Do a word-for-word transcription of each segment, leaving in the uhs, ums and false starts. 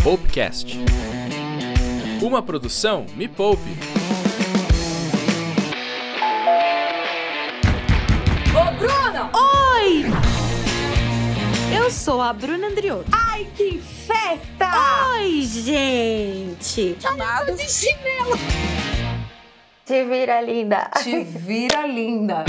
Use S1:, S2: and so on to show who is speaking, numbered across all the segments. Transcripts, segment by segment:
S1: Poupecast. Uma produção Me Poupe.
S2: Ô, Bruna!
S3: Oi! Eu sou a Bruna Andriotto.
S2: Ai, que festa!
S3: Oi, gente!
S2: Chamado de chinelo.
S3: Te vira, linda.
S2: Te vira, linda.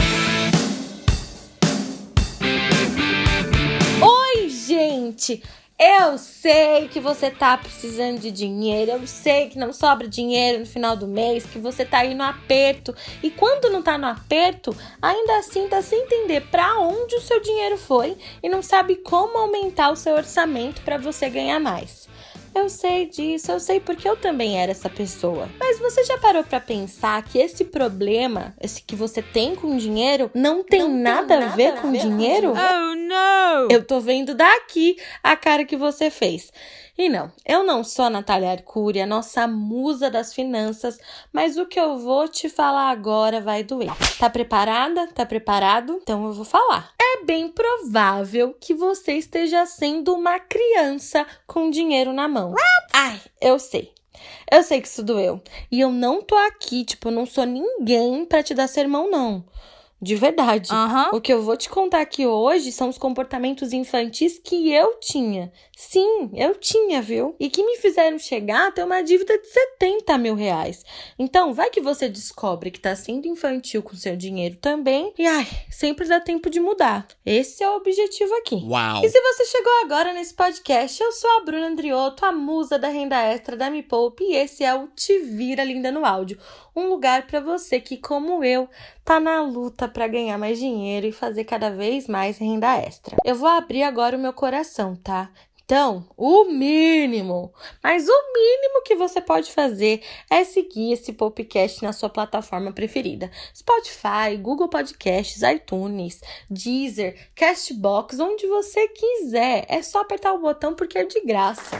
S3: Oi, gente! Eu sei que você tá precisando de dinheiro, eu sei que não sobra dinheiro no final do mês, que você tá aí no aperto. E quando não tá no aperto, ainda assim tá sem entender pra onde o seu dinheiro foi e não sabe como aumentar o seu orçamento pra você ganhar mais. Eu sei disso, eu sei porque eu também era essa pessoa. Mas você já parou pra pensar que esse problema, esse que você tem com dinheiro, não tem, não nada, tem nada a ver, a com, ver dinheiro?
S2: com dinheiro? Oh, não!
S3: Eu tô vendo daqui a cara que você fez. E não, eu não sou a Natália Arcuri, a nossa musa das finanças, mas o que eu vou te falar agora vai doer. Tá preparada? Tá preparado? Então eu vou falar. É bem provável que você esteja sendo uma criança com dinheiro na mão. What? Ai, eu sei. Eu sei que isso doeu. E eu não tô aqui, tipo, eu não sou ninguém pra te dar sermão, não. De verdade.
S2: Uhum.
S3: O que eu vou te contar aqui hoje são os comportamentos infantis que eu tinha. Sim, eu tinha, viu? E que me fizeram chegar a ter uma dívida de setenta mil reais. Então, vai que você descobre que tá sendo infantil com seu dinheiro também. E, ai, sempre dá tempo de mudar. Esse é o objetivo aqui.
S1: Uau!
S3: E se você chegou agora nesse podcast, eu sou a Bruna Andriotto, a musa da renda extra da Me Poupe. E esse é o Te Vira Linda no Áudio. Um lugar pra você que, como eu, tá na luta pra ganhar mais dinheiro e fazer cada vez mais renda extra. Eu vou abrir agora o meu coração, tá? Então, o mínimo, mas o mínimo que você pode fazer é seguir esse podcast na sua plataforma preferida. Spotify, Google Podcasts, iTunes, Deezer, Castbox, onde você quiser. É só apertar o botão porque é de graça.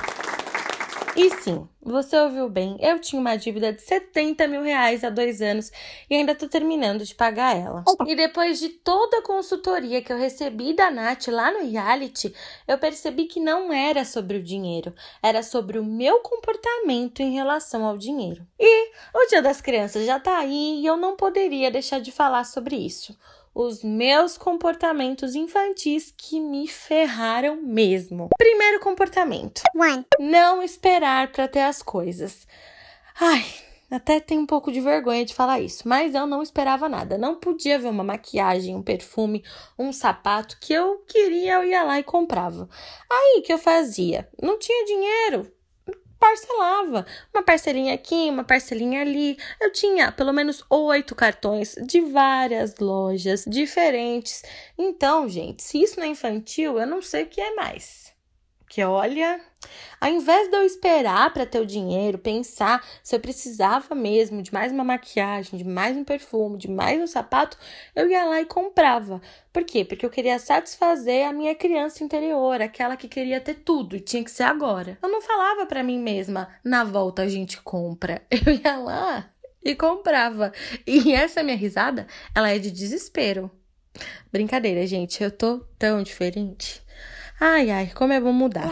S3: E sim, você ouviu bem, eu tinha uma dívida de setenta mil reais há dois anos e ainda tô terminando de pagar ela. Eita. E depois de toda a consultoria que eu recebi da Nath lá no reality, eu percebi que não era sobre o dinheiro, era sobre o meu comportamento em relação ao dinheiro. E o Dia das Crianças já tá aí e eu não poderia deixar de falar sobre isso. Os meus comportamentos infantis que me ferraram mesmo. Primeiro comportamento. One. Não esperar para ter as coisas. Ai, até tenho um pouco de vergonha de falar isso, mas eu não esperava nada. Não podia ver uma maquiagem, um perfume, um sapato que eu queria, eu ia lá e comprava. Aí, o que eu fazia? Não tinha dinheiro. Parcelava, uma parcelinha aqui, uma parcelinha ali. Eu tinha pelo menos oito cartões de várias lojas diferentes. Então, gente, se isso não é infantil, eu não sei o que é mais. Que olha, ao invés de eu esperar para ter o dinheiro, pensar se eu precisava mesmo de mais uma maquiagem, de mais um perfume, de mais um sapato, eu ia lá e comprava. Por quê? Porque eu queria satisfazer a minha criança interior, aquela que queria ter tudo e tinha que ser agora. Eu não falava para mim mesma, na volta a gente compra. Eu ia lá e comprava. E essa minha risada, ela é de desespero. Brincadeira, gente, eu tô tão diferente. Ai, ai, como é bom mudar.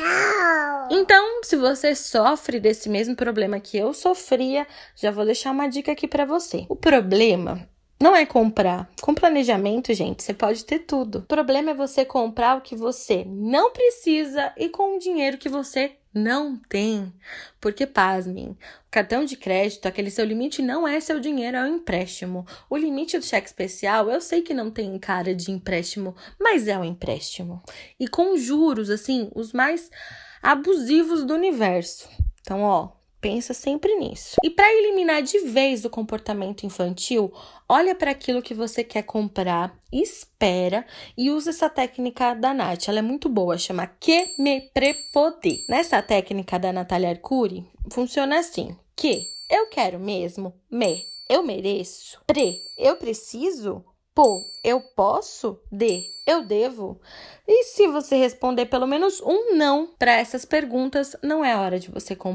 S3: Então, se você sofre desse mesmo problema que eu sofria, já vou deixar uma dica aqui pra você. O problema não é comprar. Com planejamento, gente, você pode ter tudo. O problema é você comprar o que você não precisa e com o dinheiro que você não tem. Porque, pasmem, o cartão de crédito, aquele seu limite não é seu dinheiro, é um empréstimo. O limite do cheque especial, eu sei que não tem cara de empréstimo, mas é um empréstimo. E com juros, assim, os mais abusivos do universo. Então, ó, pensa sempre nisso. E para eliminar de vez o comportamento infantil, olha para aquilo que você quer comprar, espera e usa essa técnica da Nath. Ela é muito boa, chama Que Me Prepoder. Nessa técnica da Natália Arcuri, funciona assim. Que eu quero mesmo, me eu mereço, pre eu preciso, pô, eu posso, de eu devo. E se você responder pelo menos um não para essas perguntas, não é hora de você comprar.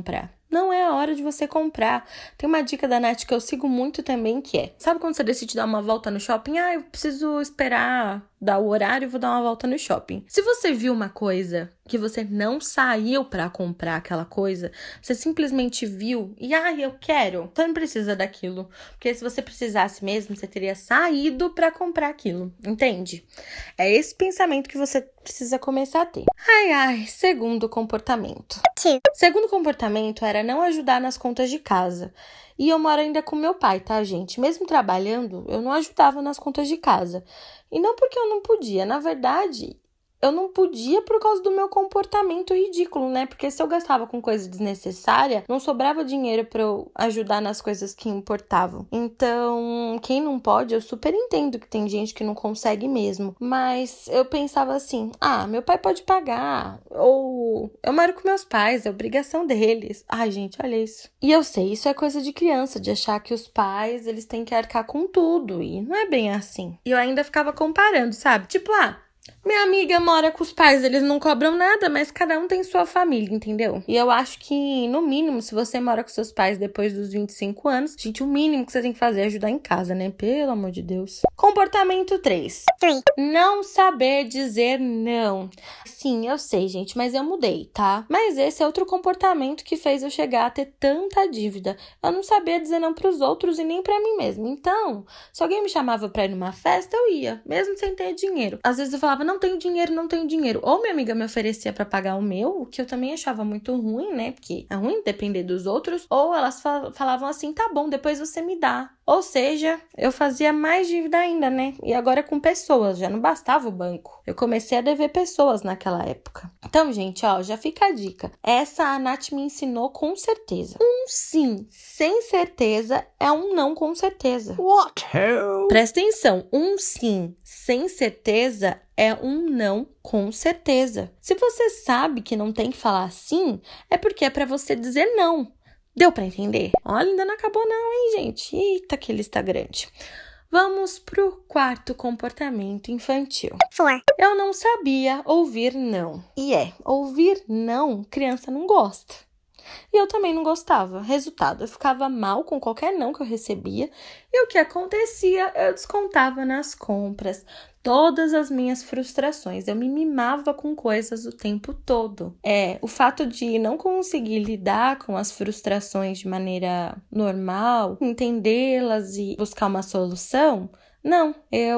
S3: Não é a hora de você comprar. Tem uma dica da Nath que eu sigo muito também, que é... Sabe quando você decide dar uma volta no shopping? Ah, eu preciso esperar dar o horário e vou dar uma volta no shopping. Se você viu uma coisa que você não saiu pra comprar aquela coisa, você simplesmente viu e, ah, eu quero, você não precisa daquilo. Porque se você precisasse mesmo, você teria saído pra comprar aquilo. Entende? É esse pensamento que você precisa começar a ter. Ai, ai, segundo comportamento. Sim. Segundo comportamento era não ajudar nas contas de casa. E eu moro ainda com meu pai, tá, gente? Mesmo trabalhando, eu não ajudava nas contas de casa. E não porque eu não podia, na verdade... Eu não podia por causa do meu comportamento ridículo, né? Porque se eu gastava com coisa desnecessária, não sobrava dinheiro pra eu ajudar nas coisas que importavam. Então, quem não pode, eu super entendo que tem gente que não consegue mesmo. Mas eu pensava assim, ah, meu pai pode pagar. Ou eu moro com meus pais, é obrigação deles. Ai, gente, olha isso. E eu sei, isso é coisa de criança, de achar que os pais, eles têm que arcar com tudo. E não é bem assim. E eu ainda ficava comparando, sabe? Tipo, ah... Minha amiga mora com os pais, eles não cobram nada, mas cada um tem sua família, entendeu? E eu acho que, no mínimo, se você mora com seus pais depois dos vinte e cinco anos, gente, o mínimo que você tem que fazer é ajudar em casa, né? Pelo amor de Deus. Comportamento três. Three. Não saber dizer não. Sim, eu sei, gente, mas eu mudei, tá? Mas esse é outro comportamento que fez eu chegar a ter tanta dívida. Eu não sabia dizer não pros outros e nem pra mim mesma. Então, se alguém me chamava pra ir numa festa, eu ia, mesmo sem ter dinheiro. Às vezes eu falava, não tenho dinheiro, não tenho dinheiro. Ou minha amiga me oferecia pra pagar o meu, o que eu também achava muito ruim, né? Porque é ruim depender dos outros. Ou elas fal- falavam assim, tá bom, depois você me dá. Ou seja, eu fazia mais dívida ainda, né? E agora com pessoas, já não bastava o banco. Eu comecei a dever pessoas naquela época. Então, gente, ó, já fica a dica. Essa a Nath me ensinou com certeza. Um sim sem certeza é um não com certeza.
S2: What?
S3: Presta atenção, um sim sem certeza é um não com certeza. Se você sabe que não tem que falar sim, é porque é pra você dizer não. Deu pra entender? Olha, ainda não acabou não, hein, gente? Eita, que lista grande. Vamos pro quarto comportamento infantil.
S4: Four.
S3: Eu não sabia ouvir não. E é, ouvir não, criança não gosta. E eu também não gostava. Resultado, eu ficava mal com qualquer não que eu recebia. E o que acontecia? Eu descontava nas compras todas as minhas frustrações. Eu me mimava com coisas o tempo todo. É, o fato de não conseguir lidar com as frustrações de maneira normal, entendê-las e buscar uma solução, não,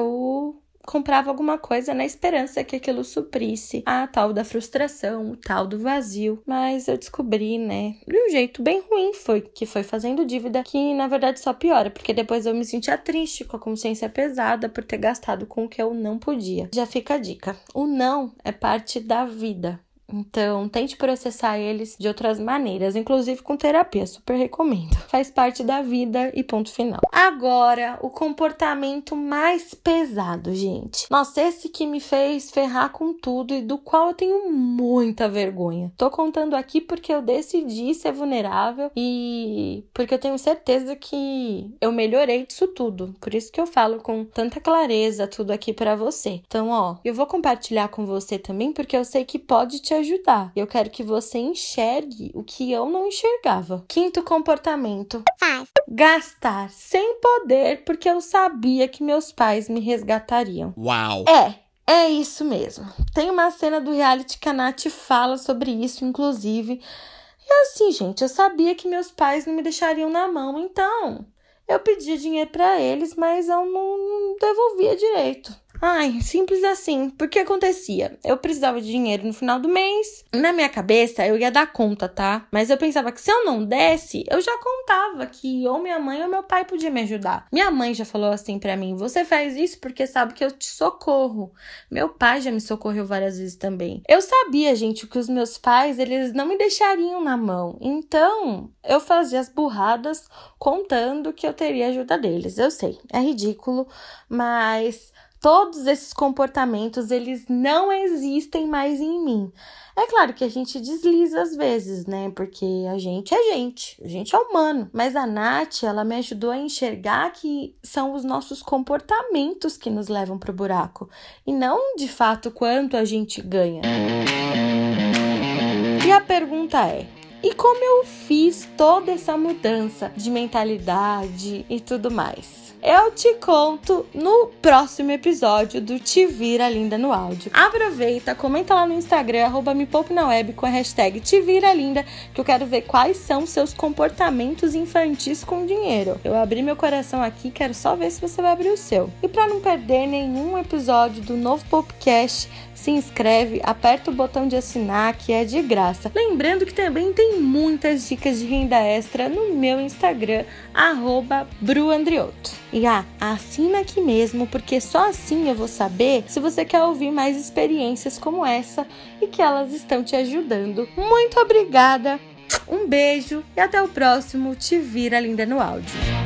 S3: eu comprava alguma coisa na esperança que aquilo suprisse a tal da frustração, o tal do vazio. Mas eu descobri, né, de um jeito bem ruim, foi que foi fazendo dívida que, na verdade, só piora, porque depois eu me sentia triste, com a consciência pesada por ter gastado com o que eu não podia. Já fica a dica. O não é parte da vida. Então, tente processar eles de outras maneiras, inclusive com terapia, super recomendo. Faz parte da vida e ponto final. Agora, o comportamento mais pesado, gente. Nossa, esse que me fez ferrar com tudo e do qual eu tenho muita vergonha. Tô contando aqui porque eu decidi ser vulnerável e porque eu tenho certeza que eu melhorei disso tudo. Por isso que eu falo com tanta clareza tudo aqui pra você. Então, ó, eu vou compartilhar com você também porque eu sei que pode te ajudar. Eu quero que você enxergue o que eu não enxergava. Quinto comportamento.
S4: Five.
S3: Gastar sem poder porque eu sabia que meus pais me resgatariam.
S1: Uau!
S3: É, é isso mesmo. Tem uma cena do reality que a Nath fala sobre isso, inclusive. E assim, gente, eu sabia que meus pais não me deixariam na mão, então eu pedia dinheiro pra eles, mas eu não, não devolvia direito. Ai, simples assim. Porque acontecia? Eu precisava de dinheiro no final do mês. Na minha cabeça, eu ia dar conta, tá? Mas eu pensava que se eu não desse, eu já contava que ou minha mãe ou meu pai podia me ajudar. Minha mãe já falou assim pra mim, você faz isso porque sabe que eu te socorro. Meu pai já me socorreu várias vezes também. Eu sabia, gente, que os meus pais, eles não me deixariam na mão. Então, eu fazia as burradas contando que eu teria ajuda deles. Eu sei, é ridículo, mas todos esses comportamentos, eles não existem mais em mim. É claro que a gente desliza às vezes, né? Porque a gente é gente, a gente é humano. Mas a Nath, ela me ajudou a enxergar que são os nossos comportamentos que nos levam pro buraco. E não, de fato, quanto a gente ganha. E a pergunta é, e como eu fiz toda essa mudança de mentalidade e tudo mais. Eu te conto no próximo episódio do Te Vira Linda no Áudio. Aproveita, comenta lá no Instagram, arroba me poupe na web com a hashtag Te Vira Linda, que eu quero ver quais são seus comportamentos infantis com dinheiro. Eu abri meu coração aqui, quero só ver se você vai abrir o seu. E para não perder nenhum episódio do novo Popcast, se inscreve, aperta o botão de assinar, que é de graça. Lembrando que também tem muitas dicas de renda extra no meu Instagram, arroba bruandrioto. E ah, assina aqui mesmo, porque só assim eu vou saber se você quer ouvir mais experiências como essa e que elas estão te ajudando. Muito obrigada, um beijo e até o próximo Te Vira Linda no Áudio.